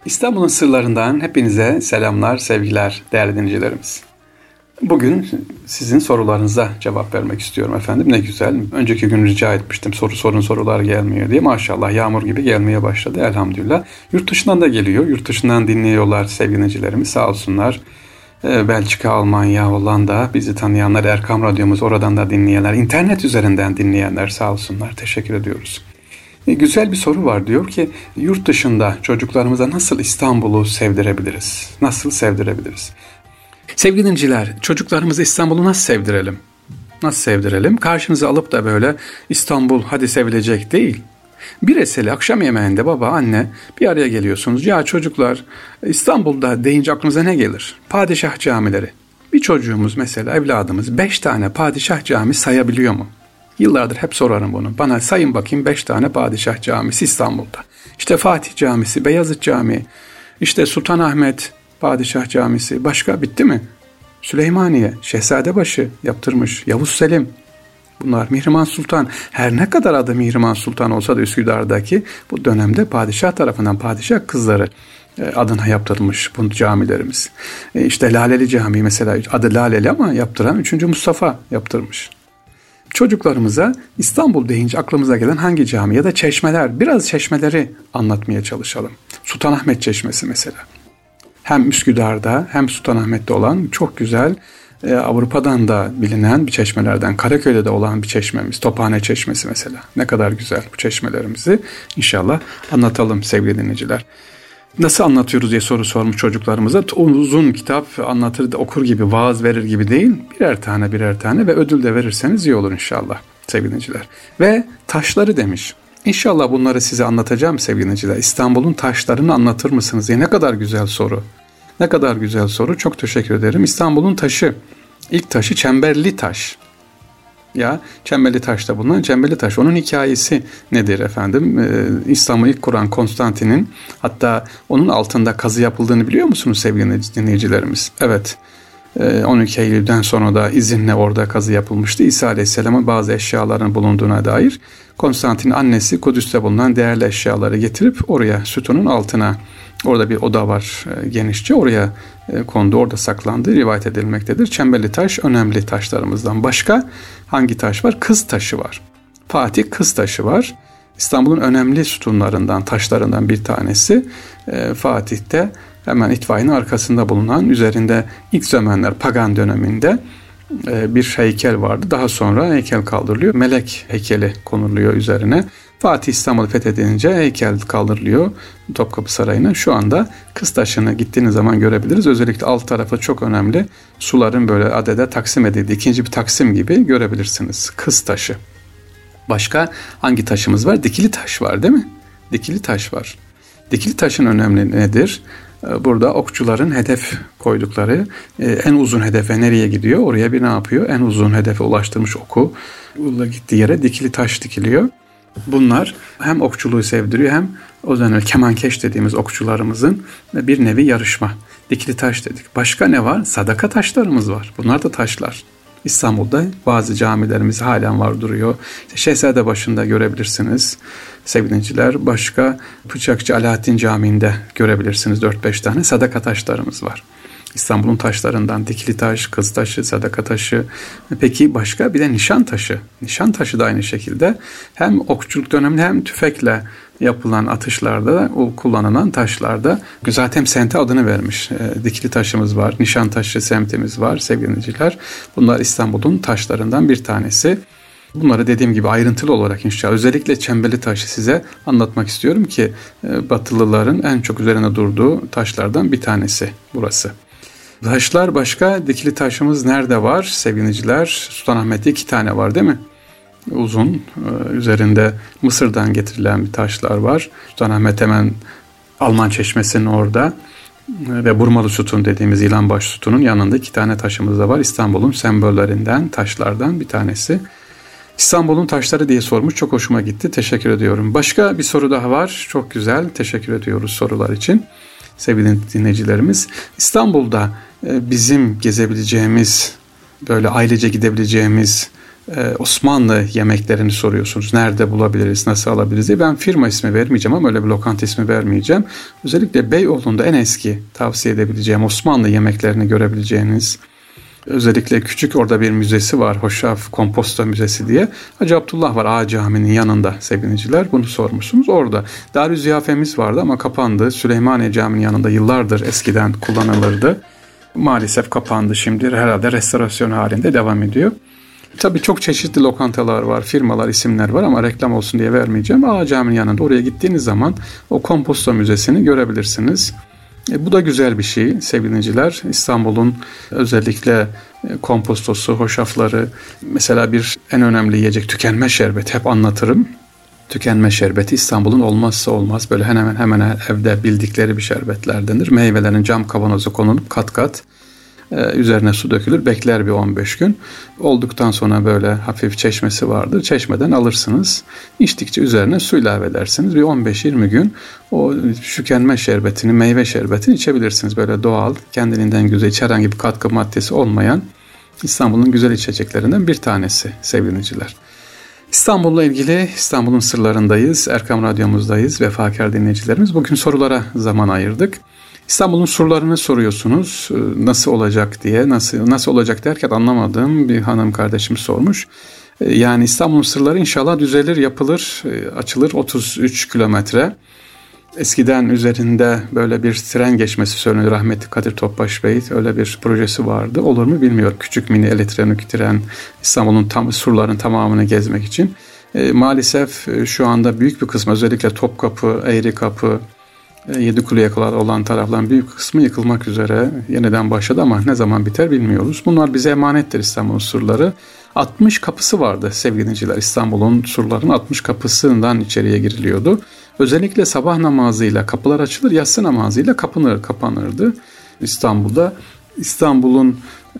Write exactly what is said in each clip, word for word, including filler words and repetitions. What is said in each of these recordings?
İstanbul'un sırlarından hepinize selamlar, sevgiler değerli dinleyicilerimiz. Bugün sizin sorularınıza cevap vermek istiyorum efendim. Ne güzel. Önceki gün rica etmiştim soru sorun sorular gelmiyor diye. Maşallah yağmur gibi gelmeye başladı elhamdülillah. Yurt dışından da geliyor. Yurt dışından dinliyorlar sevgili dinleyicilerimiz, sağ olsunlar. Belçika, Almanya, Hollanda, bizi tanıyanlar, Erkam Radyomuz, oradan da dinleyenler, internet üzerinden dinleyenler sağ olsunlar. Teşekkür ediyoruz. Güzel bir soru var, diyor ki yurt dışında çocuklarımıza nasıl İstanbul'u sevdirebiliriz? Nasıl sevdirebiliriz? Sevgili dinleyiciler, çocuklarımıza İstanbul'u nasıl sevdirelim? Nasıl sevdirelim? Karşınıza alıp da böyle İstanbul hadi sevilecek değil. Bir eseli akşam yemeğinde baba, anne bir araya geliyorsunuz. Ya çocuklar, İstanbul'da deyince aklınıza ne gelir? Padişah camileri. Bir çocuğumuz mesela, evladımız beş tane padişah cami sayabiliyor mu? Yıllardır hep sorarım bunu. Bana sayın bakayım beş tane padişah camisi İstanbul'da. İşte Fatih Camisi, Beyazıt Camii, işte Sultanahmet Padişah Camisi. Başka bitti mi? Süleymaniye, Şehzadebaşı yaptırmış, Yavuz Selim. Bunlar Mihrimah Sultan. Her ne kadar adı Mihrimah Sultan olsa da Üsküdar'daki bu dönemde padişah tarafından padişah kızları adına yaptırılmış bu camilerimiz. İşte Laleli Camii mesela, adı Laleli ama yaptıran üçüncü Mustafa yaptırmış. Çocuklarımıza İstanbul deyince aklımıza gelen hangi cami ya da çeşmeler, biraz çeşmeleri anlatmaya çalışalım. Sultanahmet Çeşmesi mesela. Hem Üsküdar'da hem Sultanahmet'te olan çok güzel, e, Avrupa'dan da bilinen bir çeşmelerden. Karaköy'de de olan bir çeşmemiz, Tophane Çeşmesi mesela. Ne kadar güzel bu çeşmelerimizi inşallah anlatalım sevgili dinleyiciler. Nasıl anlatıyoruz diye soru sormuş çocuklarımıza. Uzun kitap anlatır, okur gibi, vaaz verir gibi değil. Birer tane birer tane ve ödül de verirseniz iyi olur inşallah sevgili dinleyiciler. Ve taşları demiş. İnşallah bunları size anlatacağım sevgili dinleyiciler. İstanbul'un taşlarını anlatır mısınız diye. Ne kadar güzel soru. Ne kadar güzel soru. Çok teşekkür ederim. İstanbul'un taşı. İlk taşı Çemberli Taş. Ya Çemberli Taş'ta bulunan Çemberli Taş. Onun hikayesi nedir efendim? Ee, İslam'ı ilk kuran Konstantin'in, hatta onun altında kazı yapıldığını biliyor musunuz sevgili dinleyicilerimiz? Evet. Ee, on iki Eylül'den sonra da izinle orada kazı yapılmıştı. İsa Aleyhisselam'ın bazı eşyaların bulunduğuna dair Konstantin'in annesi Kudüs'te bulunan değerli eşyaları getirip oraya, sütunun altına, orada bir oda var e, genişçe, oraya e, kondu, orada saklandığı rivayet edilmektedir. Çemberli Taş önemli taşlarımızdan. Başka hangi taş var? Kız taşı var. Fatih Kız taşı var. İstanbul'un önemli sütunlarından, taşlarından bir tanesi. E, Fatih'te hemen itfaiyenin arkasında bulunan, üzerinde ilk zamanlar pagan döneminde e, bir heykel vardı. Daha sonra heykel kaldırılıyor. Melek heykeli konuluyor üzerine. Fatih İstanbul'u fethedince heykel kaldırılıyor Topkapı Sarayı'na. Şu anda Kız Taşı'nı gittiğiniz zaman görebiliriz. Özellikle alt tarafı çok önemli. Suların böyle adede taksim edildiği, ikinci bir taksim gibi görebilirsiniz. Kız Taşı. Başka hangi taşımız var? Dikili taş var değil mi? Dikili taş var. Dikili taşın önemli nedir? Burada okçuların hedef koydukları, en uzun hedefe nereye gidiyor? Oraya bir ne yapıyor? En uzun hedefe ulaştırmış oku gittiği yere dikili taş dikiliyor. Bunlar hem okçuluğu sevdiriyor hem o zaman kemankeş dediğimiz okçularımızın bir nevi yarışma. Dikili taş dedik. Başka ne var? Sadaka taşlarımız var. Bunlar da taşlar. İstanbul'da bazı camilerimiz halen var, duruyor. İşte Şehzadebaşı'nda görebilirsiniz sevgili dinleyiciler. Başka Bıçakçı Alaaddin Camii'nde görebilirsiniz, dört beş tane sadaka taşlarımız var. İstanbul'un taşlarından dikili taş, kız taşı, sadaka taşı. Peki başka bir de nişan taşı. Nişan taşı da aynı şekilde hem okçuluk döneminde hem tüfekle yapılan atışlarda o kullanılan taşlarda zaten semte adını vermiş. E, dikili taşımız var, nişan taşı semtimiz var sevgili dinleyiciler. Bunlar İstanbul'un taşlarından bir tanesi. Bunları dediğim gibi ayrıntılı olarak inşallah, özellikle Çemberli Taşı size anlatmak istiyorum ki e, Batılıların en çok üzerine durduğu taşlardan bir tanesi burası. Taşlar başka, dikili taşımız nerede var sevgili dinleyiciler? Sultanahmet'te iki tane var değil mi? Uzun, üzerinde Mısır'dan getirilen bir taşlar var. Sultanahmet hemen Alman Çeşmesi'nin orada ve Burmalı Sütun dediğimiz İlanbaşı Sütun'un yanında iki tane taşımız da var. İstanbul'un sembollerinden, taşlardan bir tanesi. İstanbul'un taşları diye sormuş. Çok hoşuma gitti. Teşekkür ediyorum. Başka bir soru daha var. Çok güzel. Teşekkür ediyoruz sorular için. Sevgili dinleyicilerimiz, İstanbul'da bizim gezebileceğimiz, böyle ailece gidebileceğimiz Ee, Osmanlı yemeklerini soruyorsunuz. Nerede bulabiliriz, nasıl alabiliriz diye. Ben firma ismi vermeyeceğim ama öyle bir lokanta ismi vermeyeceğim. Özellikle Beyoğlu'nda en eski tavsiye edebileceğim Osmanlı yemeklerini görebileceğiniz, özellikle küçük orada bir müzesi var. Hoşaf Komposto Müzesi diye. Hacı Abdullah var Ağa Camii'nin yanında sevgiliciler. Bunu sormuşsunuz. Orada Darü Ziyafemiz vardı ama kapandı. Süleymaniye Camii'nin yanında yıllardır eskiden kullanılırdı. Maalesef kapandı. Şimdi herhalde restorasyon halinde devam ediyor. Tabii çok çeşitli lokantalar var, firmalar, isimler var ama reklam olsun diye vermeyeceğim. Ağa Camii'nin yanında oraya gittiğiniz zaman o Komposto Müzesi'ni görebilirsiniz. E, bu da güzel bir şey sevgiliciler. İstanbul'un özellikle kompostosu, hoşafları, mesela bir en önemli yiyecek tükenme şerbeti hep anlatırım. Tükenme şerbeti İstanbul'un olmazsa olmaz. Böyle hemen hemen evde bildikleri bir şerbetlerdendir. Meyvelerin cam kavanoza konulup kat kat Ee, üzerine su dökülür. Bekler bir on beş gün. Olduktan sonra böyle hafif çeşmesi vardır. Çeşmeden alırsınız. İçtikçe üzerine su ilave edersiniz. Bir on beş yirmi gün o tükenme şerbetini, meyve şerbetini içebilirsiniz. Böyle doğal, kendiliğinden güzel, hiç herhangi bir katkı maddesi olmayan İstanbul'un güzel içeceklerinden bir tanesi sevgiliciler. İstanbul'la ilgili İstanbul'un sırlarındayız. Erkam Radyo'muzdayız. Vefakar dinleyicilerimiz. Bugün sorulara zaman ayırdık. İstanbul'un surlarını soruyorsunuz. Nasıl olacak diye. Nasıl nasıl olacak derken anlamadığım bir hanım kardeşim sormuş. Yani İstanbul'un surları inşallah düzelir, yapılır, açılır. otuz üç kilometre. Eskiden üzerinde böyle bir tren geçmesi söyleniyor. Rahmetli Kadir Topbaş Bey öyle bir projesi vardı. Olur mu bilmiyorum. Küçük mini elektronik tren İstanbul'un tam surların tamamını gezmek için. E, maalesef şu anda büyük bir kısmı, özellikle Topkapı, Eğrikapı, Yedikule'ye kadar olan tarafların büyük kısmı yıkılmak üzere yeniden başladı ama ne zaman biter bilmiyoruz. Bunlar bize emanettir, İstanbul'un surları. altmış kapısı vardı sevgili dinleyiciler. İstanbul'un surlarının altmış kapısından içeriye giriliyordu. Özellikle sabah namazıyla kapılar açılır, yatsı namazıyla kapanır, kapanırdı İstanbul'da. İstanbul'un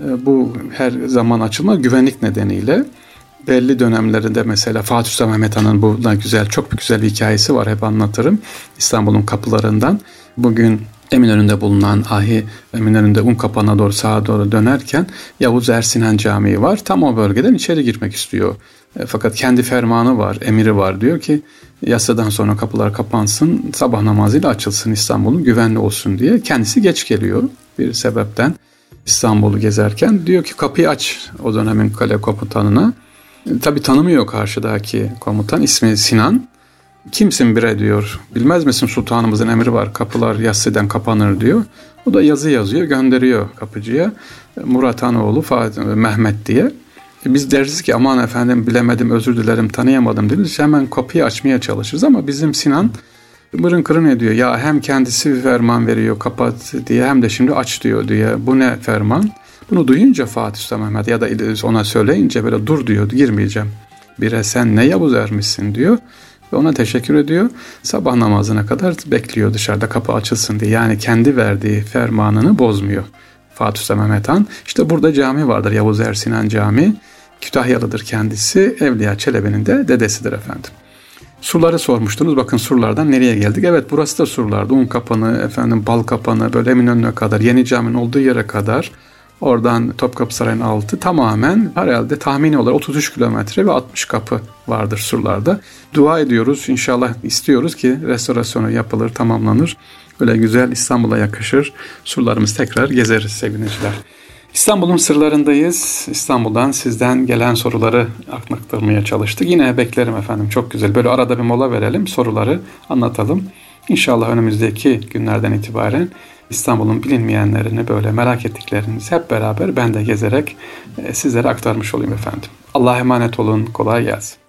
bu her zaman açılma güvenlik nedeniyle belli dönemlerinde, mesela Fatih Sultan Mehmet Han'ın burada güzel, çok güzel bir hikayesi var, hep anlatırım. İstanbul'un kapılarından. Bugün Eminönü'nde bulunan Ahi Eminönü'nde Unkapanı'na doğru sağa doğru dönerken Yavuz Ersinan Camii var. Tam o bölgeden içeri girmek istiyor. E, fakat kendi fermanı var, emiri var. Diyor ki yasadan sonra kapılar kapansın, sabah namazıyla açılsın, İstanbul'un güvenli olsun diye. Kendisi geç geliyor bir sebepten İstanbul'u gezerken. Diyor ki kapıyı aç o dönemin kale komutanına. Tabii tanımıyor karşıdaki komutan. İsmi Sinan. Kimsin bre diyor. Bilmez misin sultanımızın emri var. Kapılar yatsıdan kapanır diyor. O da yazı yazıyor, gönderiyor kapıcıya. Murat Hanoğlu Fatih, Mehmet diye. Biz deriz ki aman efendim bilemedim, özür dilerim, tanıyamadım deriz. Hemen kapıyı açmaya çalışırız ama bizim Sinan mırın kırın ediyor. Ya hem kendisi bir ferman veriyor kapat diye, hem de şimdi aç diyor diye. Bu ne ferman? Bunu duyunca Fatih Sultan Mehmet ya da ona söyleyince böyle dur diyor, girmeyeceğim. Bire sen ne Yavuz ermişsin diyor. Ve ona teşekkür ediyor. Sabah namazına kadar bekliyor dışarıda kapı açılsın diye. Yani kendi verdiği fermanını bozmuyor Fatih Sultan Mehmet Han. İşte burada cami vardır, Yavuz Ersinan Camii. Kütahyalıdır kendisi. Evliya Çelebi'nin de dedesidir efendim. Surları sormuştunuz. Bakın surlardan nereye geldik? Evet, burası da surlardı. Unkapanı, efendim Balkapanı, böyle Eminönü'ne kadar, Yeni Cami'nin olduğu yere kadar. Oradan Topkapı Sarayı'nın altı tamamen herhalde tahmini olarak otuz üç kilometre ve altmış kapı vardır surlarda. Dua ediyoruz, inşallah istiyoruz ki restorasyonu yapılır, tamamlanır. Böyle güzel İstanbul'a yakışır. Surlarımızı tekrar gezeriz sevgiliciler. İstanbul'un sırlarındayız. İstanbul'dan sizden gelen soruları aktarmaya çalıştık. Yine beklerim efendim, çok güzel. Böyle arada bir mola verelim, soruları anlatalım. İnşallah önümüzdeki günlerden itibaren İstanbul'un bilinmeyenlerini, böyle merak ettiklerinizi hep beraber ben de gezerek sizlere aktarmış olayım efendim. Allah'a emanet olun, kolay gelsin.